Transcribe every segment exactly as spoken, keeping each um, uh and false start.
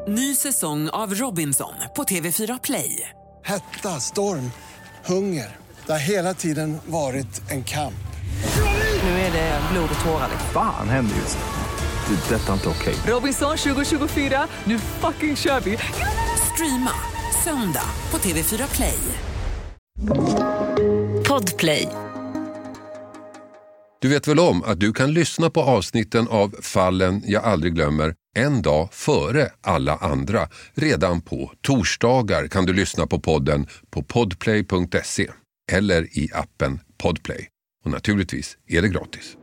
Ny säsong av Robinson på T V fyra Play. Hetta, storm, hunger. Det har hela tiden varit en kamp. Nu är det blod och tårar. Fan händer just nu. Det. Detta är inte okej. Robinson tjugo tjugofyra, nu fucking kör vi. Streama söndag på T V fyra Play. Podplay. Du vet väl om att du kan lyssna på avsnitten av Fallen jag aldrig glömmer en dag före alla andra. Redan på torsdagar kan du lyssna på podden på podplay punkt se eller i appen Podplay. Och naturligtvis är det gratis.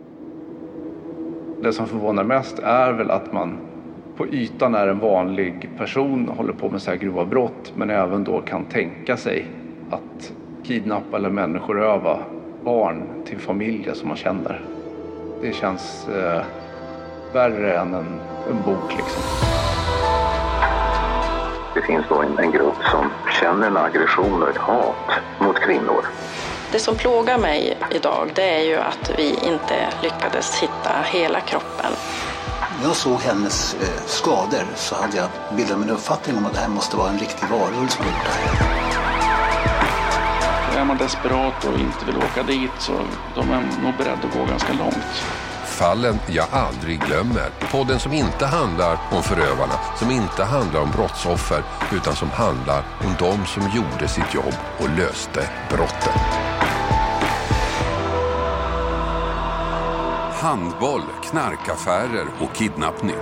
Det som förvånar mest är väl att man på ytan är en vanlig person, håller på med så här grova brott, men även då kan tänka sig att kidnappa eller människoröva barn till familjer som man känner. Det känns eh, värre än en, en bok liksom. Det finns då en, en grupp som känner en aggression och ett hat mot kvinnor. Det som plågar mig idag, det är ju att vi inte lyckades hitta hela kroppen. När jag såg hennes eh, skador så hade jag bildat min uppfattning om att det här måste vara en riktig varulv som gjort det här. Är man desperat och inte vill åka dit så de är nog beredda att gå ganska långt. Fallen jag aldrig glömmer. Podden som inte handlar om förövarna, som inte handlar om brottsoffer, utan som handlar om de som gjorde sitt jobb och löste brotten. Handboll, knarkaffärer och kidnappning.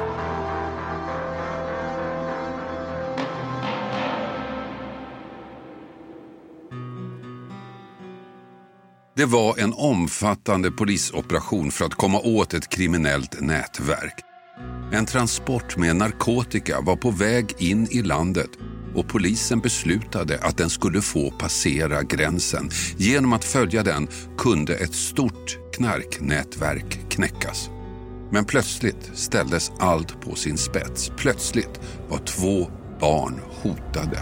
Det var en omfattande polisoperation för att komma åt ett kriminellt nätverk. En transport med narkotika var på väg in i landet och polisen beslutade att den skulle få passera gränsen. Genom att följa den kunde ett stort knarknätverk knäckas. Men plötsligt ställdes allt på sin spets. Plötsligt var två barn hotade.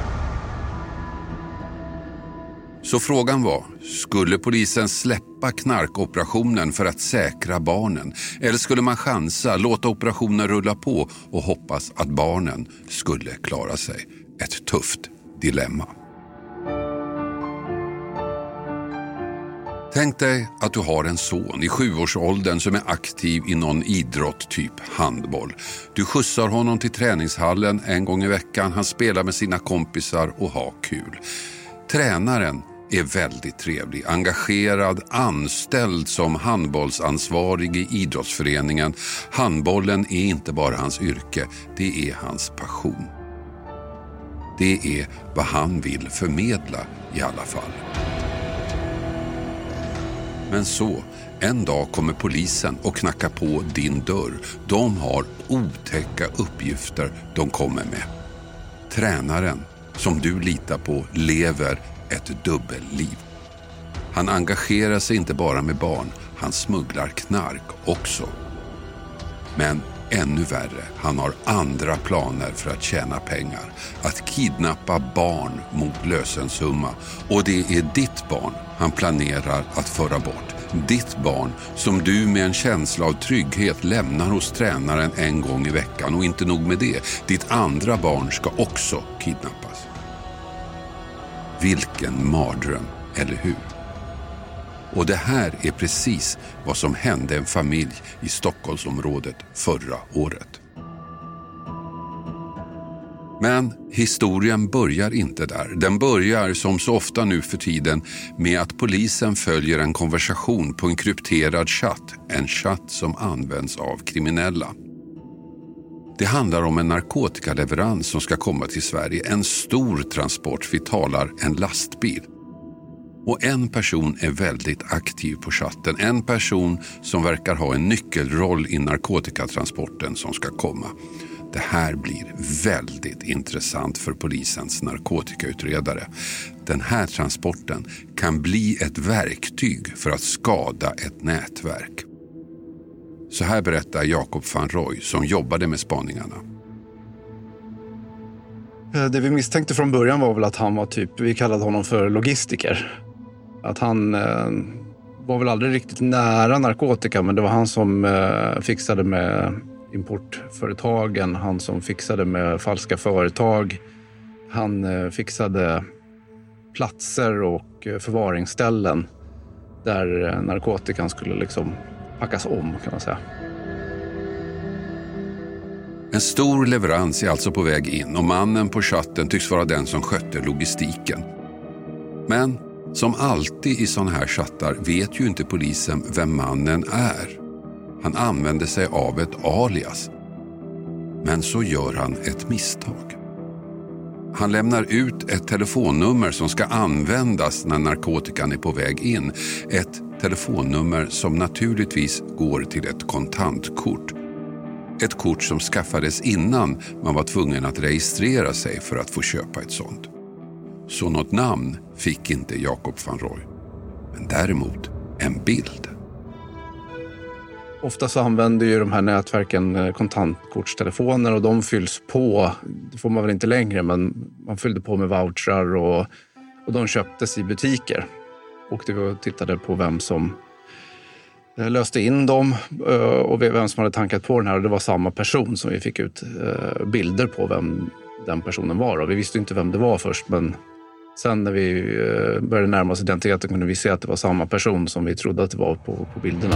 Så frågan var, skulle polisen släppa knarkoperationen för att säkra barnen? Eller skulle man chansa, låta operationen rulla på och hoppas att barnen skulle klara sig? Ett tufft dilemma. Tänk dig att du har en son i sjuårsåldern som är aktiv i någon idrott, typ handboll. Du skjutsar honom till träningshallen en gång i veckan. Han spelar med sina kompisar och har kul. Tränaren är väldigt trevlig, engagerad, anställd som handbollsansvarig i idrottsföreningen. Handbollen är inte bara hans yrke, det är hans passion. Det är vad han vill förmedla i alla fall. Men så, en dag kommer polisen och knackar på din dörr. De har otäcka uppgifter de kommer med. Tränaren, som du litar på, lever ett dubbelliv. Han engagerar sig inte bara med barn, han smugglar knark också. Men ännu värre, han har andra planer för att tjäna pengar. Att kidnappa barn mot lösensumma. Och det är ditt barn han planerar att föra bort. Ditt barn som du med en känsla av trygghet lämnar hos tränaren en gång i veckan. Och inte nog med det, ditt andra barn ska också kidnappas. Vilken mardröm, eller hur? Och det här är precis vad som hände en familj i Stockholmsområdet förra året. Men historien börjar inte där. Den börjar som så ofta nu för tiden med att polisen följer en konversation på en krypterad chatt. En chatt som används av kriminella. Det handlar om en narkotikaleverans som ska komma till Sverige. En stor transport, vi talar en lastbil. Och en person är väldigt aktiv på chatten. En person som verkar ha en nyckelroll i narkotikatransporten som ska komma. Det här blir väldigt intressant för polisens narkotikautredare. Den här transporten kan bli ett verktyg för att skada ett nätverk. Så här berättar Jakob van Roy som jobbade med spaningarna. Det vi misstänkte från början var väl att han var typ, vi kallade honom för logistiker. Att han eh, var väl aldrig riktigt nära narkotika, men det var han som eh, fixade med importföretagen, han som fixade med falska företag. Han fixade platser och förvaringsställen där narkotikan skulle liksom packas om, kan man säga. En stor leverans är alltså på väg in och mannen på chatten tycks vara den som skötte logistiken. Men som alltid i sådana här chattar vet ju inte polisen vem mannen är. Han använder sig av ett alias. Men så gör han ett misstag. Han lämnar ut ett telefonnummer som ska användas när narkotikan är på väg in. Ett telefonnummer som naturligtvis går till ett kontantkort. Ett kort som skaffades innan man var tvungen att registrera sig för att få köpa ett sånt. Så något namn fick inte Jacob van Roy. Men däremot en bild. Ofta så använder ju de här nätverken kontantkortstelefoner och de fylls på. Det får man väl inte längre, men man fyllde på med vouchrar och, och de köptes i butiker. Och vi tittade på vem som löste in dem och vem som hade tankat på den här. Och det var samma person som vi fick ut bilder på vem den personen var. Och vi visste inte vem det var först, men sen när vi började närma oss identiteten kunde vi se att det var samma person som vi trodde att det var på, på bilderna.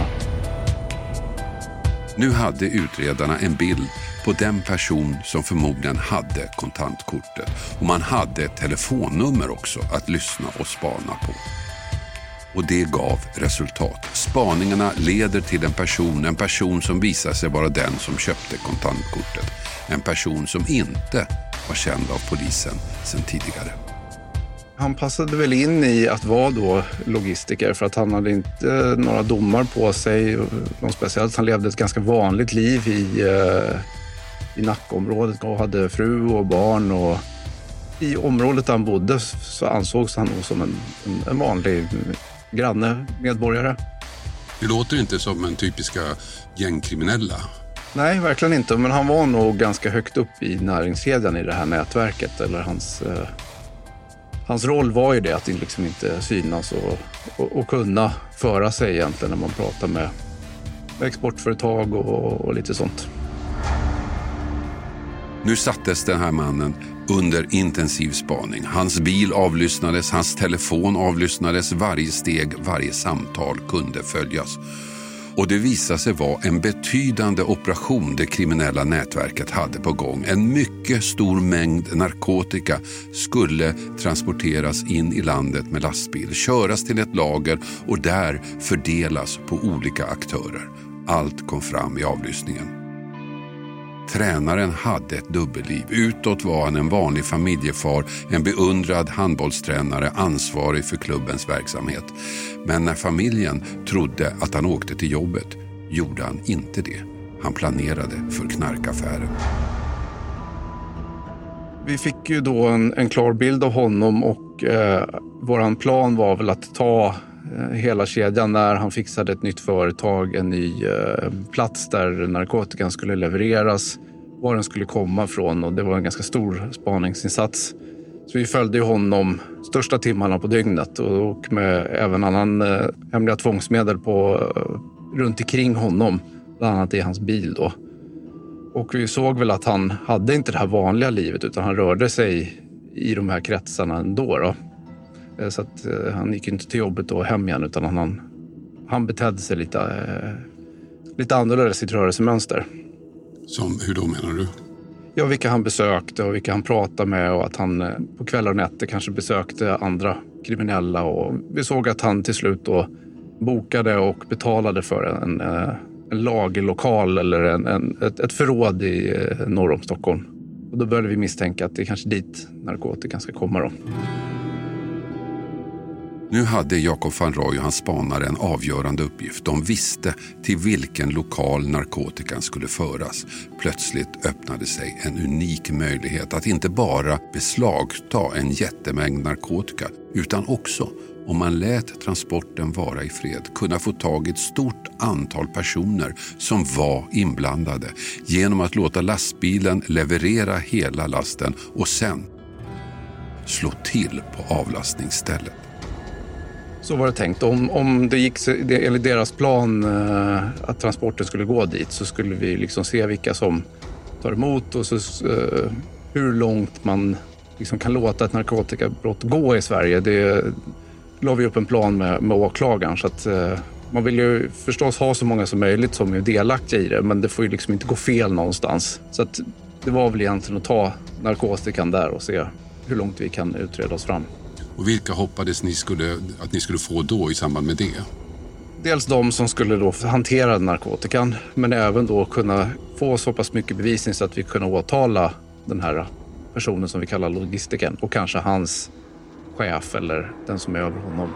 Nu hade utredarna en bild på den person som förmodligen hade kontantkortet. Och man hade ett telefonnummer också att lyssna och spana på. Och det gav resultat. Spaningarna leder till en person, en person som visar sig vara den som köpte kontantkortet. En person som inte var känd av polisen sedan tidigare. Han passade väl in i att vara då logistiker för att han hade inte några domar på sig. Något speciellt. Han levde ett ganska vanligt liv i, i Nackaområdet och hade fru och barn. Och i området där han bodde så ansågs han som en, en, en vanlig granne, medborgare. Det låter inte som en typiska gängkriminella. Nej, verkligen inte. Men han var nog ganska högt upp i näringskedjan i det här nätverket. Eller hans... Hans roll var ju det att liksom inte synas och, och, och kunna föra sig egentligen när man pratar med, med exportföretag och, och lite sånt. Nu sattes den här mannen under intensiv spaning. Hans bil avlyssnades, hans telefon avlyssnades, varje steg, varje samtal kunde följas. Och det visade sig vara en betydande operation det kriminella nätverket hade på gång. En mycket stor mängd narkotika skulle transporteras in i landet med lastbil, köras till ett lager och där fördelas på olika aktörer. Allt kom fram i avlyssningen. Tränaren hade ett dubbelliv. Utåt var han en vanlig familjefar, en beundrad handbollstränare, ansvarig för klubbens verksamhet. Men när familjen trodde att han åkte till jobbet gjorde han inte det. Han planerade för knarkaffären. Vi fick ju då en, en klar bild av honom och eh, våran plan var väl att ta eh, hela kedjan när han fixade ett nytt företag, en ny eh, plats där narkotikan skulle levereras, var den skulle komma från, och det var en ganska stor spaningsinsats. Så vi följde ju honom största timmarna på dygnet och med även annan eh, hemliga tvångsmedel på, eh, runt omkring honom, bland annat i hans bil då. Och vi såg väl att han hade inte det här vanliga livet utan han rörde sig i de här kretsarna ändå då. Eh, så att eh, han gick inte till jobbet och hem igen utan han, han betedde sig lite, eh, lite annorlunda i sitt rörelsemönster. Som, hur då menar du? Ja, vilka han besökte och vilka han pratade med och att han på kvällar och nätter kanske besökte andra kriminella. Och vi såg att han till slut då bokade och betalade för en, en lagerlokal eller en, en, ett, ett förråd i norr om Stockholm. Och då började vi misstänka att det är kanske dit narkotikan ska komma då. Nu hade Jacob van Roy och hans spanare en avgörande uppgift. De visste till vilken lokal narkotikan skulle föras. Plötsligt öppnade sig en unik möjlighet att inte bara beslagta en jättemängd narkotika utan också, om man lät transporten vara i fred, kunna få tag i ett stort antal personer som var inblandade genom att låta lastbilen leverera hela lasten och sen slå till på avlastningsstället. Så var det tänkt. Om, om det gick enligt deras plan eh, att transporten skulle gå dit så skulle vi liksom se vilka som tar emot och så, eh, hur långt man liksom kan låta ett narkotikabrott gå i Sverige. Det la vi upp en plan med, med åklagaren så att eh, man vill ju förstås ha så många som möjligt som är delaktiga i det, men det får ju liksom inte gå fel någonstans. Så att det var väl egentligen att ta narkotikan där och se hur långt vi kan utreda oss fram. Och vilka hoppades ni skulle, att ni skulle få då i samband med det? Dels de som skulle då hantera narkotikan, men även då kunna få så pass mycket bevisning så att vi kunde åtala den här personen som vi kallar logistiken och kanske hans chef eller den som är över honom.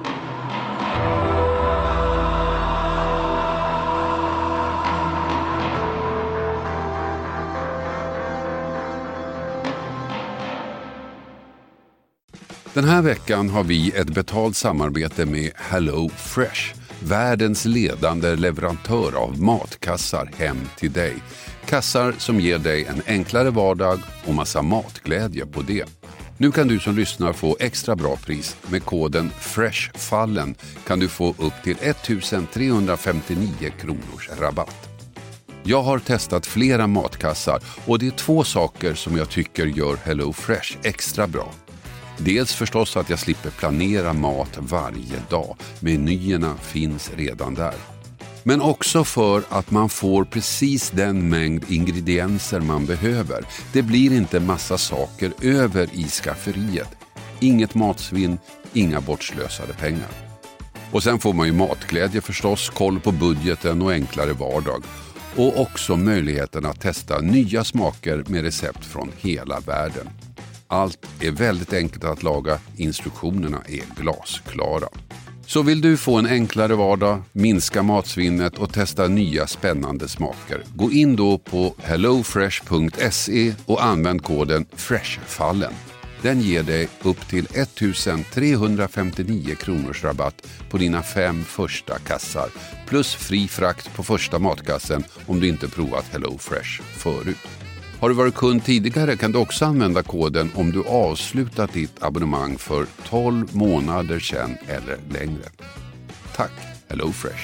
Den här veckan har vi ett betalt samarbete med Hello Fresh, världens ledande leverantör av matkassar hem till dig. Kassar som ger dig en enklare vardag och massa matglädje på det. Nu kan du som lyssnar få extra bra pris. Med koden FRESHFALLEN kan du få upp till ettusentrehundrafemtionio kronors rabatt. Jag har testat flera matkassar och det är två saker som jag tycker gör Hello Fresh extra bra. Dels förstås att jag slipper planera mat varje dag. Menyerna finns redan där. Men också för att man får precis den mängd ingredienser man behöver. Det blir inte massa saker över i skafferiet. Inget matsvinn, inga bortslösade pengar. Och sen får man ju matglädje förstås, koll på budgeten och enklare vardag. Och också möjligheten att testa nya smaker med recept från hela världen. Allt är väldigt enkelt att laga, instruktionerna är glasklara. Så vill du få en enklare vardag, minska matsvinnet och testa nya spännande smaker. Gå in då på hellofresh punkt se och använd koden FRESHFALLEN. Den ger dig upp till ettusentrehundrafemtionio kronors rabatt på dina fem första kassar. Plus fri frakt på första matkassen om du inte provat Hello Fresh förut. Har du varit kund tidigare kan du också använda koden om du avslutat ditt abonnemang för tolv månader sedan eller längre. Tack, Hello Fresh.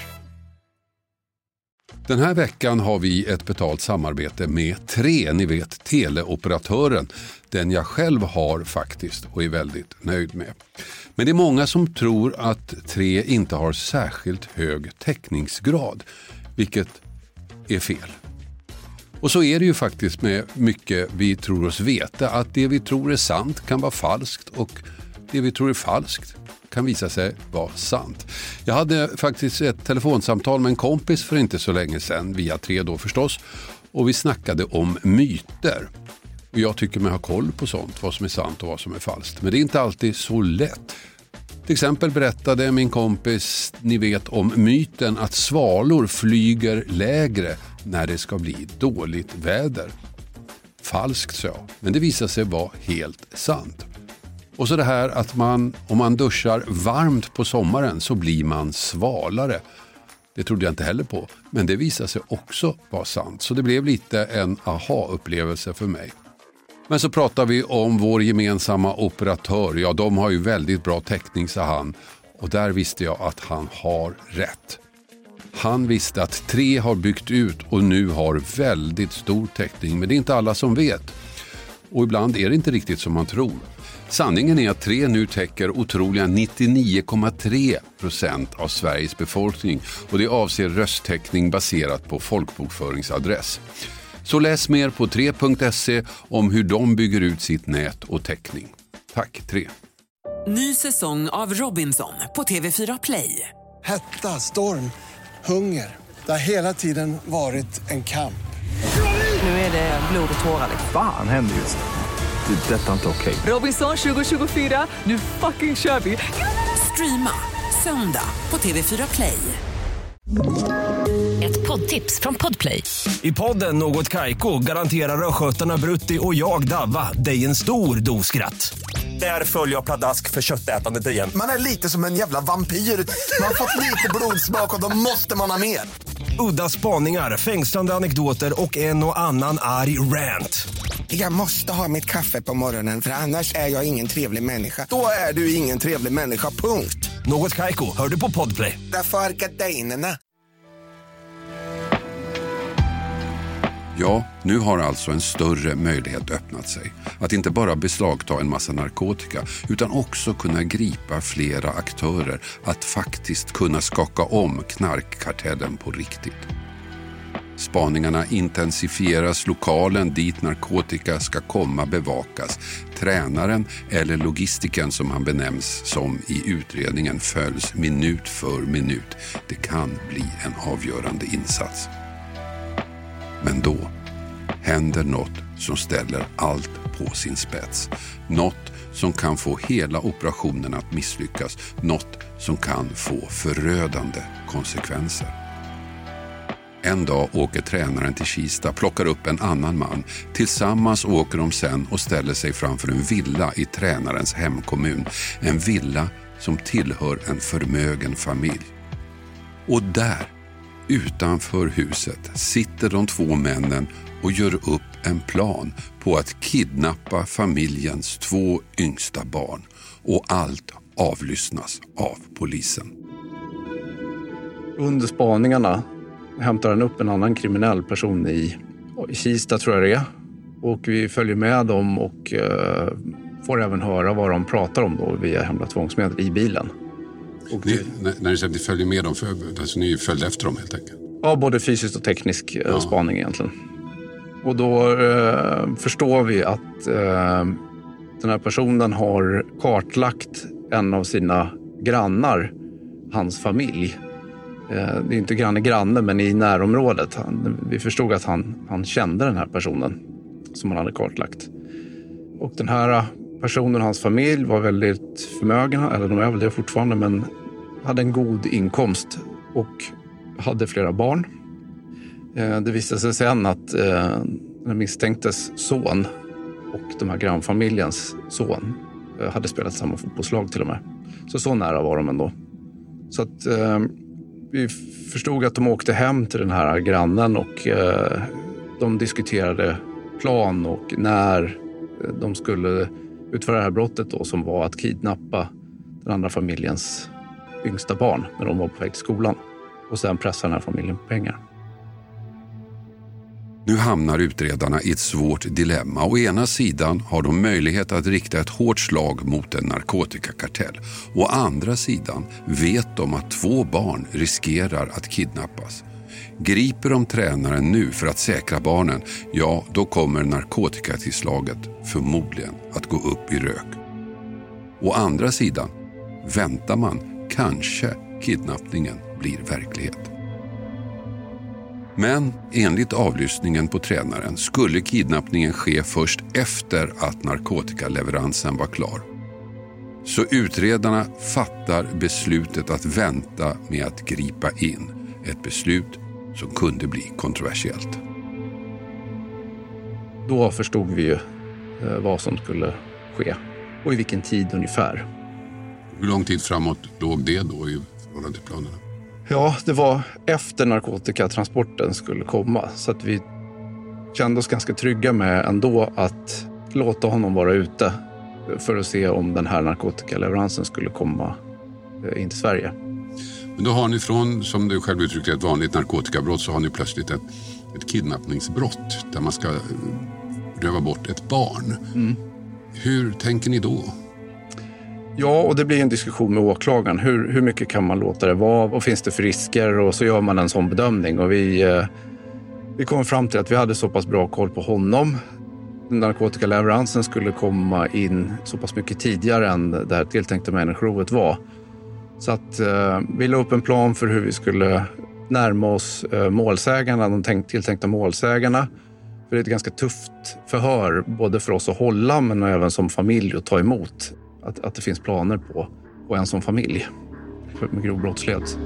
Den här veckan har vi ett betalt samarbete med Tre, ni vet, teleoperatören. Den jag själv har faktiskt och är väldigt nöjd med. Men det är många som tror att Tre inte har särskilt hög täckningsgrad, vilket är fel. Och så är det ju faktiskt med mycket vi tror oss veta, att det vi tror är sant kan vara falskt och det vi tror är falskt kan visa sig vara sant. Jag hade faktiskt ett telefonsamtal med en kompis för inte så länge sedan, via Tre då förstås, och vi snackade om myter. Och jag tycker mig ha koll på sånt, vad som är sant och vad som är falskt. Men det är inte alltid så lätt. Till exempel berättade min kompis, ni vet, om myten att svalor flyger lägre när det ska bli dåligt väder. Falskt så, men det visar sig vara helt sant. Och så det här att man, om man duschar varmt på sommaren så blir man svalare. Det trodde jag inte heller på, men det visar sig också vara sant. Så det blev lite en aha-upplevelse för mig. Men så pratar vi om vår gemensamma operatör. Ja, de har ju väldigt bra täckning, sa han. Och där visste jag att han har rätt. Han visste att Tre har byggt ut och nu har väldigt stor täckning. Men det är inte alla som vet. Och ibland är det inte riktigt som man tror. Sanningen är att Tre nu täcker otroliga nittionio komma tre procent av Sveriges befolkning. Och det avser rösttäckning baserat på folkbokföringsadress. Så läs mer på tre punkt se om hur de bygger ut sitt nät och täckning. Tack, Tre. Ny säsong av Robinson på T V fyra Play. Hetta, storm, hunger. Det har hela tiden varit en kamp. Nu är det blod och tårar. Fan, händer just det. Det är detta inte okej. Robinson tjugo tjugofyra, nu fucking kör vi. Streama söndag på T V fyra Play. Ett poddtips från Podplay. I podden Något Kaiko garanterar röskötarna Brutti och jag Davva dig en stor doskratt. Där följer jag pladask för köttätandet igen. Man är lite som en jävla vampyr. Man har fått lite blodsmak och då måste man ha mer. Udda spaningar, fängslande anekdoter och en och annan arg rant. Jag måste ha mitt kaffe på morgonen för annars är jag ingen trevlig människa. Då är du ingen trevlig människa, punkt. Något Kaiko, hör du på Podplay. Därför är gardinerna. Ja, nu har alltså en större möjlighet öppnat sig. Att inte bara beslagta en massa narkotika utan också kunna gripa flera aktörer. Att faktiskt kunna skaka om knarkkartellen på riktigt. Spaningarna intensifieras, lokalen dit narkotika ska komma bevakas. Tränaren eller logistiken som han benämns som i utredningen följs minut för minut. Det kan bli en avgörande insats. Men då händer något som ställer allt på sin spets. Något som kan få hela operationen att misslyckas. Något som kan få förödande konsekvenser. En dag åker tränaren till Kista, plockar upp en annan man. Tillsammans åker de sen och ställer sig framför en villa i tränarens hemkommun. En villa som tillhör en förmögen familj. Och där, utanför huset, sitter de två männen och gör upp en plan på att kidnappa familjens två yngsta barn. Och allt avlyssnas av polisen. Under spaningarna hämtar han upp en annan kriminell person i, i Kista, tror jag det är. Och vi följer med dem och eh, får även höra vad de pratar om då via hemliga tvångsmedel i bilen. Och ni, när, när du säger att ni följer med dem, för, alltså ni följde efter dem helt enkelt? Ja, både fysiskt och teknisk ja. spaning egentligen. Och då eh, förstår vi att eh, den här personen har kartlagt en av sina grannar, hans familj. Det är inte granne granne men i närområdet. Han, vi förstod att han, han kände den här personen som han hade kartlagt. Och den här personen och hans familj var väldigt förmögna, eller de är väl det fortfarande, men hade en god inkomst och hade flera barn. Det visade sig sen att den misstänktes son och de här grannfamiljens son hade spelat samma fotbollslag till och med. Så så nära var de ändå. Så att vi förstod att de åkte hem till den här grannen och eh, de diskuterade plan och när de skulle utföra det här brottet då, som var att kidnappa den andra familjens yngsta barn när de var på väg till skolan och sen pressa den här familjen på pengar. Nu hamnar utredarna i ett svårt dilemma. Å ena sidan har de möjlighet att rikta ett hårt slag mot en narkotikakartell. Å andra sidan vet de att två barn riskerar att kidnappas. Griper de tränaren nu för att säkra barnen, ja då kommer narkotikatillslaget förmodligen att gå upp i rök. Å andra sidan väntar man kanske kidnappningen blir verklighet. Men enligt avlyssningen på tränaren skulle kidnappningen ske först efter att narkotikaleveransen var klar. Så utredarna fattar beslutet att vänta med att gripa in. Ett beslut som kunde bli kontroversiellt. Då förstod vi ju vad som skulle ske och i vilken tid ungefär. Hur lång tid framåt låg det då i förhållande till planerna? Ja, det var efter narkotikatransporten skulle komma. Så att vi kände oss ganska trygga med ändå att låta honom vara ute för att se om den här narkotikaleveransen skulle komma in till Sverige. Men då har ni från, som du själv uttryckte, ett vanligt narkotikabrott, så har ni plötsligt ett, ett kidnappningsbrott där man ska röva bort ett barn. Mm. Hur tänker ni då? Ja, och det blir en diskussion med åklagaren. Hur, hur mycket kan man låta det vara? Vad finns det för risker? Och så gör man en sån bedömning. Och vi, eh, vi kom fram till att vi hade så pass bra koll på honom. Narkotikaleveransen skulle komma in så pass mycket tidigare än det här tilltänkta människorovet var. Så att eh, vi la upp en plan för hur vi skulle närma oss eh, målsägarna, de tänk, tilltänkta målsägarna. För det är ett ganska tufft förhör, både för oss att hålla men även som familj att ta emot. Att, att det finns planer på, på en som familj med grov brottslighet.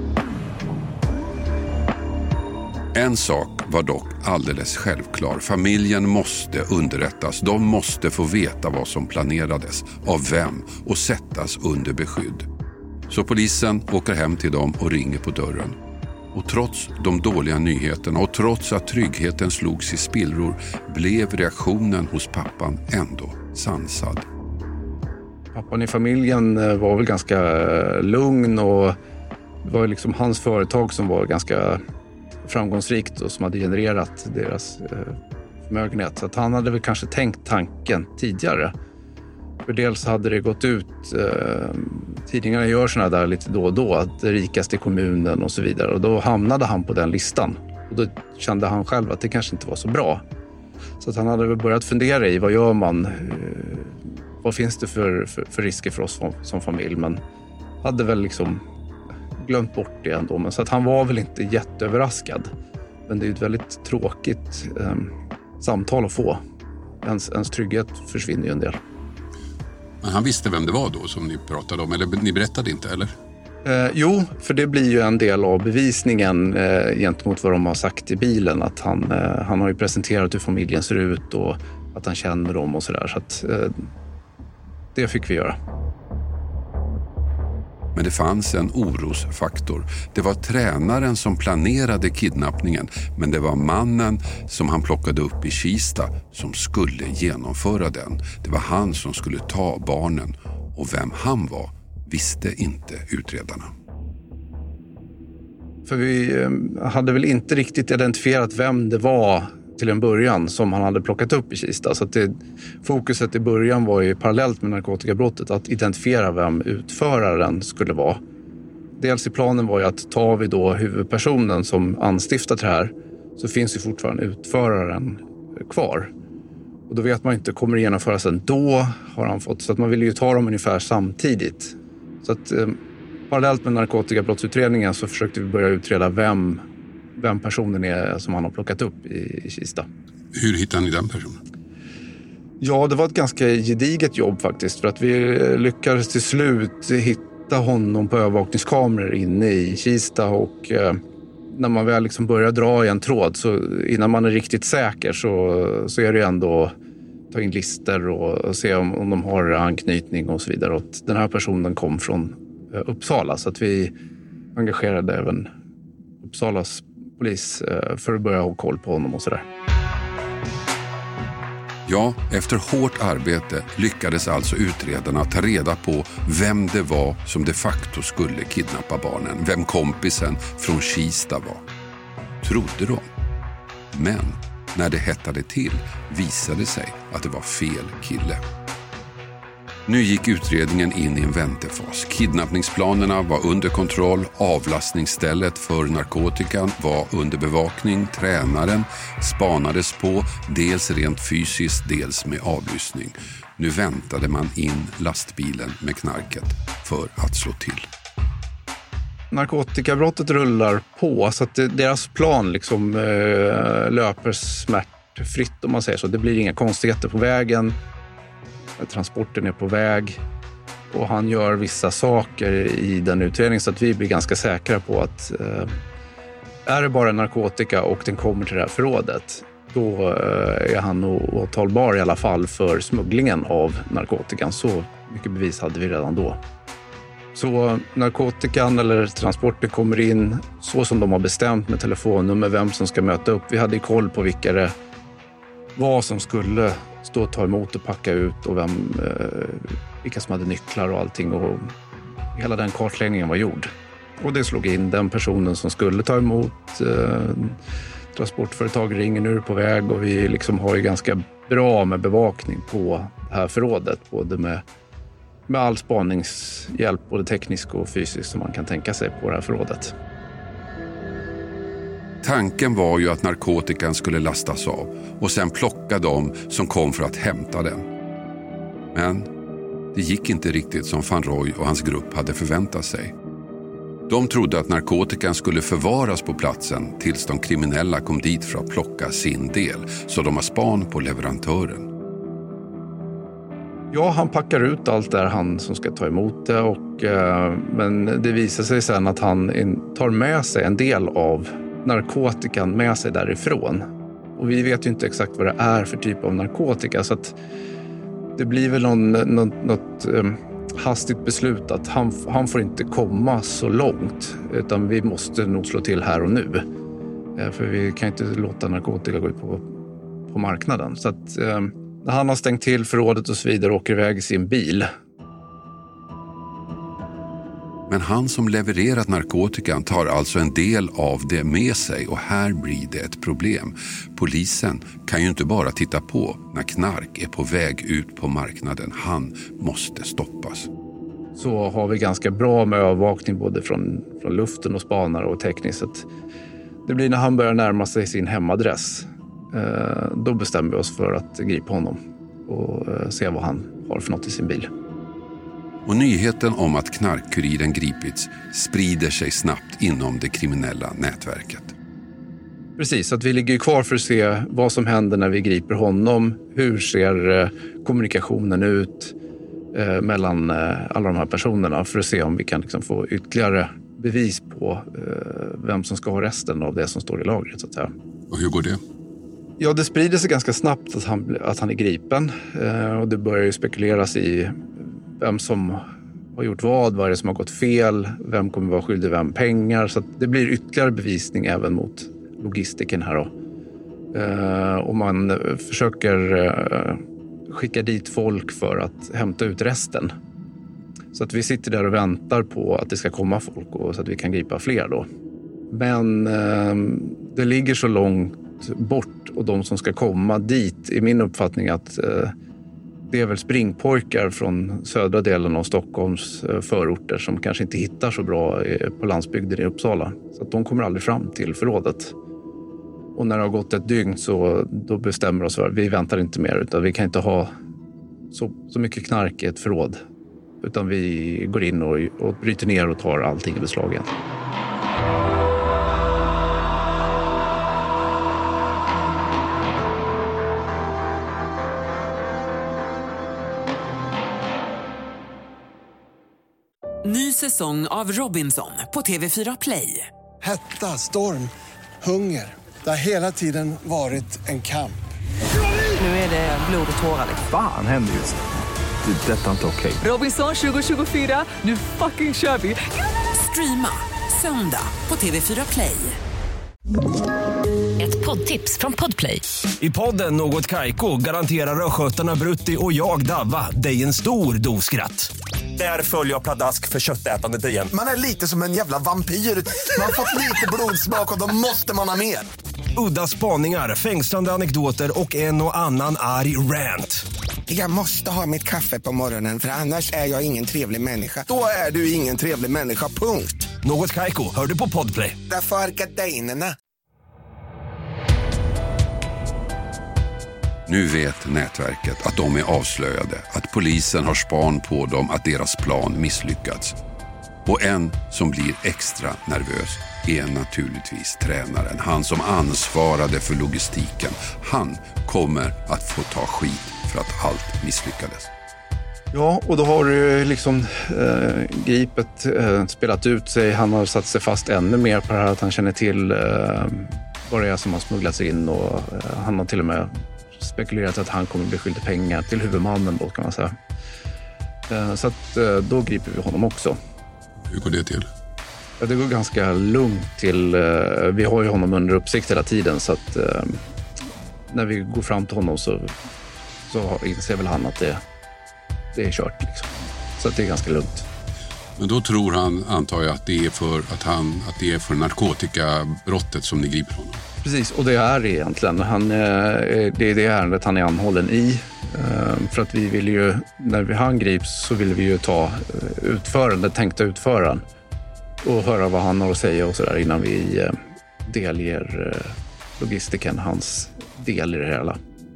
En sak var dock alldeles självklar. Familjen måste underrättas. De måste få veta vad som planerades, av vem och sättas under beskydd. Så polisen åker hem till dem och ringer på dörren. Och trots de dåliga nyheterna och trots att tryggheten slogs i spillror blev reaktionen hos pappan ändå sansad. pappan i familjen var väl ganska lugn och det var liksom hans företag som var ganska framgångsrikt och som hade genererat deras förmögenhet. Så att han hade väl kanske tänkt tanken tidigare. För dels hade det gått ut, eh, tidningarna gör såna där lite då och då, att det rikaste i kommunen och så vidare. Och då hamnade han på den listan. Och då kände han själv att det kanske inte var så bra. Så att han hade väl börjat fundera i vad gör man, eh, vad finns det för, för, för risker för oss som, som familj. Men hade väl liksom glömt bort det ändå. Men så att han var väl inte jätteöverraskad. Men det är ju ett väldigt tråkigt eh, samtal att få. Ens, ens trygghet försvinner ju en del. Men han visste vem det var då som ni pratade om, eller ni berättade inte, eller? Eh, jo, för det blir ju en del av bevisningen eh, gentemot vad de har sagt i bilen. Att han, eh, han har ju presenterat hur familjen ser ut och att han känner dem och sådär. Så att eh, det fick vi göra. Men det fanns en orosfaktor. Det var tränaren som planerade kidnappningen, men det var mannen som han plockade upp i Kista som skulle genomföra den. Det var han som skulle ta barnen, och vem han var visste inte utredarna. För vi hade väl inte riktigt identifierat vem det var till en början som han hade plockat upp i Kista. Så att det, fokuset i början var ju parallellt med narkotikabrottet att identifiera vem utföraren skulle vara. Dels i planen var ju att tar vi då huvudpersonen som anstiftat det här, så finns ju fortfarande utföraren kvar. Och då vet man inte, kommer det genomföras ändå, har han fått. Så att man ville ju ta dem ungefär samtidigt. Så att eh, parallellt med narkotikabrottsutredningen så försökte vi börja utreda vem vem personen är som han har plockat upp i, i Kista. Hur hittade ni den personen? Ja, det var ett ganska gediget jobb faktiskt. För att vi lyckades till slut hitta honom på övervakningskameror inne i Kista. Och eh, när man väl liksom börjar dra i en tråd, så innan man är riktigt säker så, så är det ändå ta in lister och, och se om, om de har anknytning och så vidare. Och den här personen kom från eh, Uppsala, så att vi engagerade även Uppsalas polis för att börja ha koll på honom och sådär. Ja, efter hårt arbete lyckades alltså utredarna ta reda på vem det var som de facto skulle kidnappa barnen. Vem kompisen från Kista var. Trodde de. Men när det hettade till visade sig att det var fel kille. Nu gick utredningen in i en väntefas. Kidnappningsplanerna var under kontroll, avlastningsstället för narkotikan var under bevakning, tränaren spanades på, dels rent fysiskt, dels med avlyssning. Nu väntade man in lastbilen med knarket för att slå till. Narkotikabrottet rullar på, så att deras plan liksom äh, löper smärtfritt om man säger så. Det blir inga konstigheter på vägen. Transporten är på väg och han gör vissa saker i den utredningen så att vi blir ganska säkra på att eh, är det bara narkotika och den kommer till det här förrådet, då eh, är han åtalbar i alla fall för smugglingen av narkotikan. Så mycket bevis hade vi redan då. Så narkotikan eller transporten kommer in så som de har bestämt med telefonnummer, vem som ska möta upp. Vi hade koll på vilka det var som skulle stå och ta emot och packa ut och vem, eh, vilka som hade nycklar och allting. Och hela den kartläggningen var gjord. Och det slog in den personen som skulle ta emot. Eh, transportföretag ringer nu på väg och vi liksom har ju ganska bra med bevakning på det här förrådet. Både med, med all spaningshjälp, både teknisk och fysisk, som man kan tänka sig på det här förrådet. Tanken var ju att narkotikan skulle lastas av och sen plocka dem som kom för att hämta den. Men det gick inte riktigt som Van Roy och hans grupp hade förväntat sig. De trodde att narkotikan skulle förvaras på platsen tills de kriminella kom dit för att plocka sin del, så de har span på leverantören. Ja, han packar ut allt där, han som ska ta emot det. Och, eh, men det visar sig sen att han in, tar med sig en del av narkotikan med sig därifrån. Och vi vet ju inte exakt vad det är för typ av narkotika, så att det blir väl någon, något, något um, hastigt beslut att han, han får inte komma så långt, utan vi måste nog slå till här och nu. Uh, för vi kan inte låta narkotika gå ut på, på marknaden. Så att um, när han har stängt till förrådet och så vidare och åker iväg i sin bil, Men han som levererat narkotikan tar alltså en del av det med sig och här blir det ett problem. Polisen kan ju inte bara titta på när knark är på väg ut på marknaden. Han måste stoppas. Så har vi ganska bra med övervakning både från, från luften och spanare och tekniskt. Det blir när han börjar närma sig sin hemadress. Eh, då bestämmer vi oss för att gripa honom och eh, se vad han har för något i sin bil. Och nyheten om att knarkkuriren gripits sprider sig snabbt inom det kriminella nätverket. Precis, att vi ligger kvar för att se vad som händer när vi griper honom. Hur ser eh, kommunikationen ut eh, mellan eh, alla de här personerna för att se om vi kan liksom få ytterligare bevis på eh, vem som ska ha resten av det som står i lagret så att säga. Och hur går det? Ja, det sprider sig ganska snabbt att han, att han är gripen eh, och det börjar ju spekuleras i vem som har gjort vad, vad är det som har gått fel, vem kommer vara skyldig vem pengar. Så att det blir ytterligare bevisning även mot logistiken här då. Eh, och man försöker eh, skicka dit folk för att hämta ut resten. Så att vi sitter där och väntar på att det ska komma folk och så att vi kan gripa fler då. Men eh, det ligger så långt bort och de som ska komma dit i min uppfattning att eh, det är väl springpojkar från södra delen av Stockholms eh, förorter som kanske inte hittar så bra eh, på landsbygden i Uppsala. Så att de kommer aldrig fram till förrådet. Och när det har gått ett dygn så då bestämmer oss för att vi väntar inte mer utan vi kan inte ha så, så mycket knark i ett förråd. Utan vi går in och, och bryter ner och tar allting i beslag igen. Ny säsong av Robinson på T V fyra Play. Hetta, storm, hunger. Det har hela tiden varit en kamp. Nu är det blod och tårar. Fan händer just det. Det är detta inte okej. Robinson tjugo tjugofyra, nu fucking kör vi. Streama söndag på T V fyra Play. Ett poddtips från Podplay. I podden Något Kaiko garanterar öskötarna Brutti och jag Davva dig en stor dos skratt. Där följer jag pladask för köttätandet igen. Man är lite som en jävla vampyr. Man har fått lite blodsmak och då måste man ha mer. Udda spaningar, fängslande anekdoter och en och annan arg rant. Jag måste ha mitt kaffe på morgonen för annars är jag ingen trevlig människa. Då är du ingen trevlig människa, punkt. Något Kaiko, hör du på Podplay. Därför är gardinerna. Nu vet nätverket att de är avslöjade, att polisen har span på dem, att deras plan misslyckats. Och en som blir extra nervös är naturligtvis tränaren. Han som ansvarade för logistiken. Han kommer att få ta skit för att allt misslyckades. Ja, och då har du liksom eh, gripet eh, spelat ut sig. Han har satt sig fast ännu mer på det här att han känner till eh, vad det är som har smugglats in och eh, han har till och med spekulerat att han kommer bli skyldig pengar till huvudmannen då kan man säga. Eh, så att eh, då griper vi honom också. Hur går det till? Ja, det går ganska lugnt till. Eh, vi har ju honom under uppsikt hela tiden så att eh, när vi går fram till honom så, så inser väl han att det, det är kört liksom. Så att det är ganska lugnt. Men då tror han, antar jag, att det är för att han att det är för narkotikabrottet som ni griper honom. Precis, och det är det egentligen. Han, det är det ärendet han är anhållen i. För att vi vill ju, när vi han grips så vill vi ju ta utföraren, den tänkta utföraren och höra vad han har att säga och sådär innan vi delger logistiken hans del i det hela.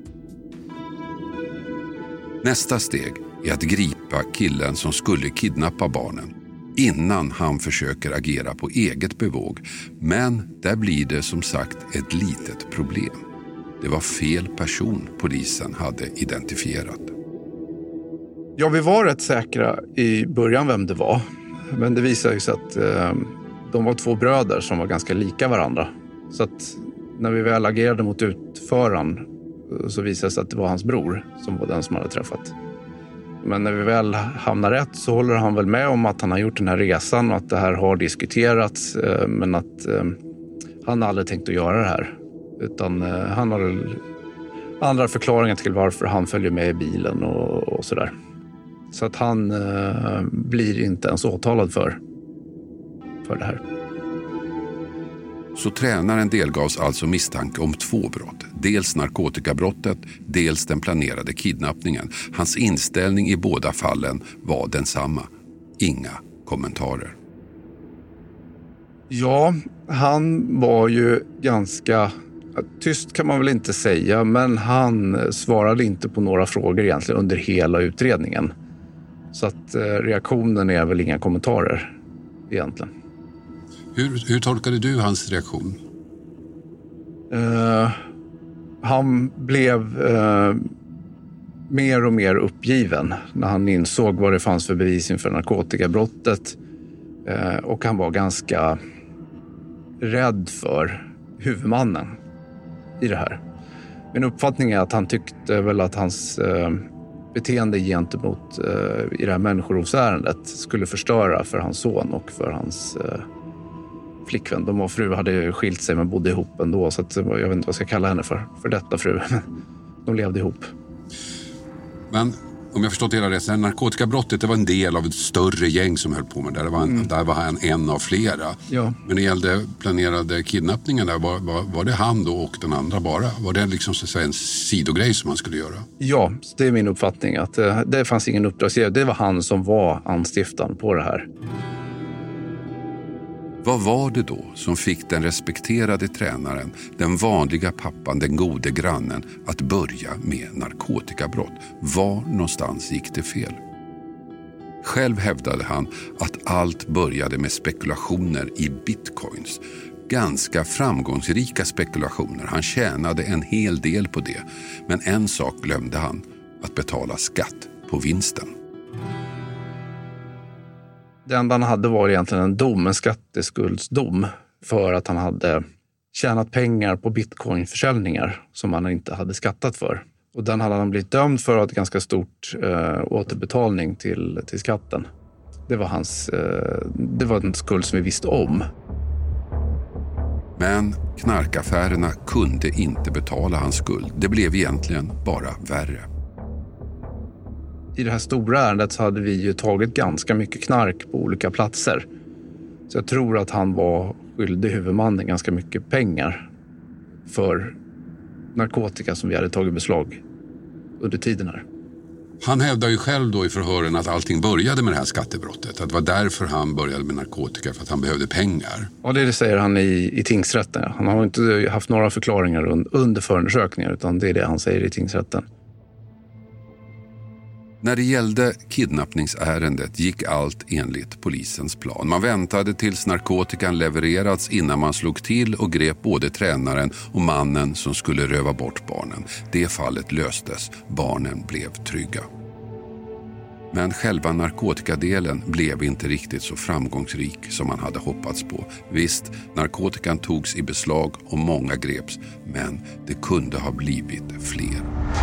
Nästa steg är att gripa killen som skulle kidnappa barnen innan han försöker agera på eget bevåg. Men där blir det som sagt ett litet problem. Det var fel person polisen hade identifierat. Ja, vi var rätt säkra i början vem det var. Men det visade sig att eh, de var två bröder som var ganska lika varandra. Så att när vi väl agerade mot utföraren så visade det sig att det var hans bror som var den som hade träffat. Men när vi väl hamnar rätt så håller han väl med om att han har gjort den här resan och att det här har diskuterats. Men att eh, han aldrig tänkt att göra det här. Utan eh, han har andra förklaringar till varför han följer med i bilen och, och sådär. Så att han eh, blir inte ens åtalad för för det här. Så tränaren delgavs alltså misstanke om två brott. Dels narkotikabrottet, dels den planerade kidnappningen. Hans inställning i båda fallen var densamma. Inga kommentarer. Ja, han var ju ganska... Tyst kan man väl inte säga, men han svarade inte på några frågor egentligen under hela utredningen. Så att reaktionen är väl inga kommentarer egentligen. Hur, hur tolkade du hans reaktion? Uh, han blev uh, mer och mer uppgiven när han insåg vad det fanns för bevis inför narkotikabrottet. Uh, och han var ganska rädd för huvudmannen i det här. Min uppfattning är att han tyckte väl att hans uh, beteende gentemot uh, i det här människorovsärendet skulle förstöra för hans son och för hans... Uh, flickvän. De och fru hade skilt sig men bodde ihop ändå, så att, jag vet inte vad jag ska kalla henne för, för detta fru. De levde ihop. Men om jag förstått hela rätt, narkotikabrottet, det var en del av ett större gäng som höll på med det. Där var, en, mm. där var han en av flera. Ja. Men det gällde planerade kidnappningen där, var, var, var det han då och den andra bara? Var det liksom så att säga en sidogrej som man skulle göra? Ja, det är min uppfattning att det, det fanns ingen uppdragsgivare. Det var han som var anstiftan på det här. Vad var det då som fick den respekterade tränaren, den vanliga pappan, den gode grannen att börja med narkotikabrott? Var någonstans gick det fel? Själv hävdade han att allt började med spekulationer i bitcoins. Ganska framgångsrika spekulationer. Han tjänade en hel del på det. Men en sak glömde han, att betala skatt på vinsten. Det enda han hade var egentligen en dom, en skatteskuldsdom, för att han hade tjänat pengar på bitcoinförsäljningar som han inte hade skattat för. Och den hade han blivit dömd för att ha ett ganska stort eh, återbetalning till, till skatten. Det var, hans, eh, det var en skuld som vi visste om. Men knarkaffärerna kunde inte betala hans skuld. Det blev egentligen bara värre. I det här stora ärendet så hade vi ju tagit ganska mycket knark på olika platser. Så jag tror att han var skyldig huvudmannen ganska mycket pengar för narkotika som vi hade tagit beslag under tiden här. Han hävdar ju själv då i förhören att allting började med det här skattebrottet. Att det var därför han började med narkotika, för att han behövde pengar. Ja, det säger han i, i tingsrätten. Han har inte haft några förklaringar under förundersökningar, utan det är det han säger i tingsrätten. När det gällde kidnappningsärendet gick allt enligt polisens plan. Man väntade tills narkotikan levererats innan man slog till och grep både tränaren och mannen som skulle röva bort barnen. Det fallet löstes. Barnen blev trygga. Men själva narkotikadelen blev inte riktigt så framgångsrik som man hade hoppats på. Visst, narkotikan togs i beslag och många greps, men det kunde ha blivit fler.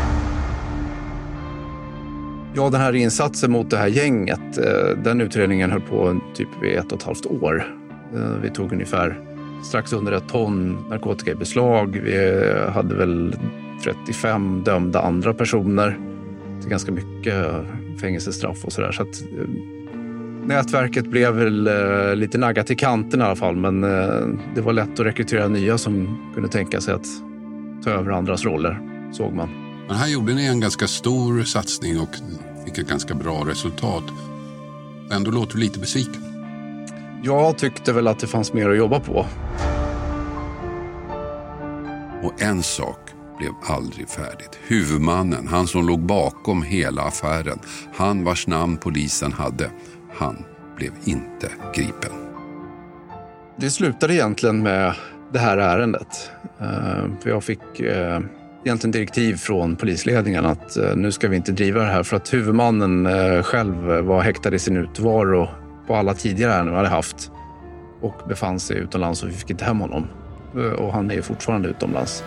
Ja, den här insatsen mot det här gänget, den utredningen höll på typ i ett och ett halvt år. Vi tog ungefär strax under ett ton narkotika i beslag. Vi hade väl trettiofem dömda andra personer till ganska mycket fängelsestraff och sådär. Så att nätverket blev väl lite naggat i kanten i alla fall, men det var lätt att rekrytera nya som kunde tänka sig att ta över andras roller, såg man. Men här gjorde ni en ganska stor satsning och fick ett ganska bra resultat. Ändå låter du lite besviken. Jag tyckte väl att det fanns mer att jobba på. Och en sak blev aldrig färdigt. Huvudmannen, han som låg bakom hela affären, han vars namn polisen hade, han blev inte gripen. Det slutade egentligen med det här ärendet. För jag fick egentligen direktiv från polisledningen att nu ska vi inte driva det här, för att huvudmannen själv var häktad i sin utvaro på alla tidigare ärenden vi hade haft och befann sig utomlands, och vi fick inte hem honom. Och han är fortfarande utomlands.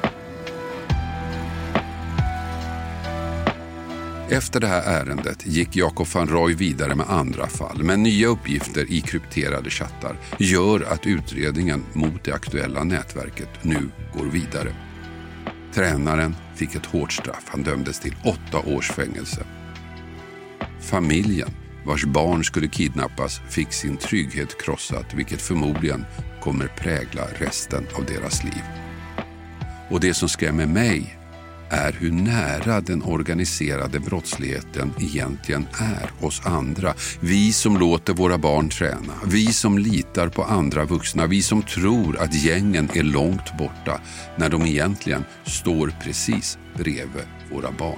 Efter det här ärendet gick Jacob van Roy vidare med andra fall, men nya uppgifter i krypterade chattar gör att utredningen mot det aktuella nätverket nu går vidare. Tränaren fick ett hårt straff. Han dömdes till åtta års fängelse. Familjen vars barn skulle kidnappas fick sin trygghet krossad, vilket förmodligen kommer prägla resten av deras liv. Och det som skrämmer mig är hur nära den organiserade brottsligheten egentligen är oss andra. Vi som låter våra barn träna, vi som litar på andra vuxna, vi som tror att gängen är långt borta när de egentligen står precis bredvid våra barn.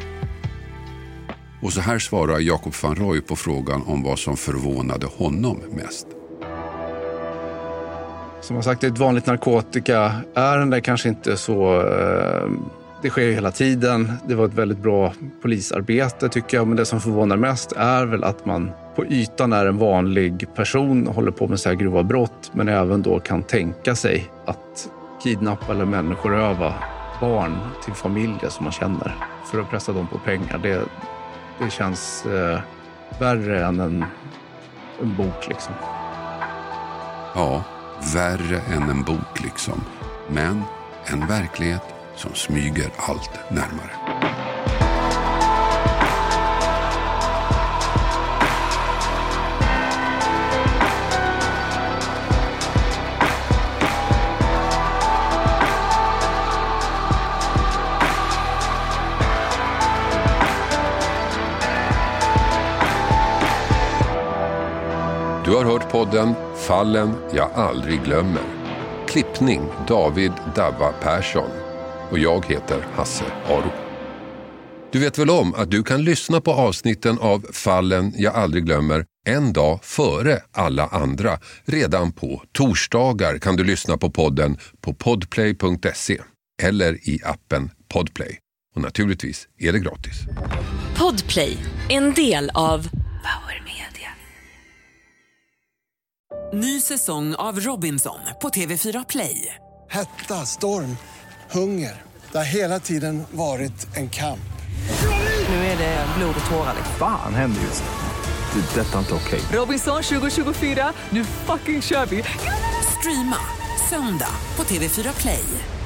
Och så här svarar Jakob van Roy på frågan om vad som förvånade honom mest. Som jag sagt, ett vanligt narkotikaärende kanske inte så... Eh, det sker ju hela tiden. Det var ett väldigt bra polisarbete tycker jag. Men det som förvånar mest är väl att man på ytan är en vanlig person, håller på med så här grova brott, men även då kan tänka sig att kidnappa eller människoröva barn till familjer som man känner för att pressa dem på pengar. Det, det känns eh, värre än en, en bok liksom. Ja, värre än en bok liksom. Men en verklighet som smyger allt närmare. Du har hört podden Fallen jag aldrig glömmer. Klippning David Davva Persson. Och jag heter Hasse Aro. Du vet väl om att du kan lyssna på avsnitten av Fallen jag aldrig glömmer en dag före alla andra. Redan på torsdagar kan du lyssna på podden på podplay punkt se eller i appen Podplay. Och naturligtvis är det gratis. Podplay, en del av Power Media. Ny säsong av Robinson på T V fyra Play. Hetta, storm, hunger. Det har hela tiden varit en kamp. Nu är det blod och tårar. Fan händer just det. Det är detta inte okej. Robinson tjugo tjugofyra, nu fucking kör vi. Streama söndag på T V fyra Play.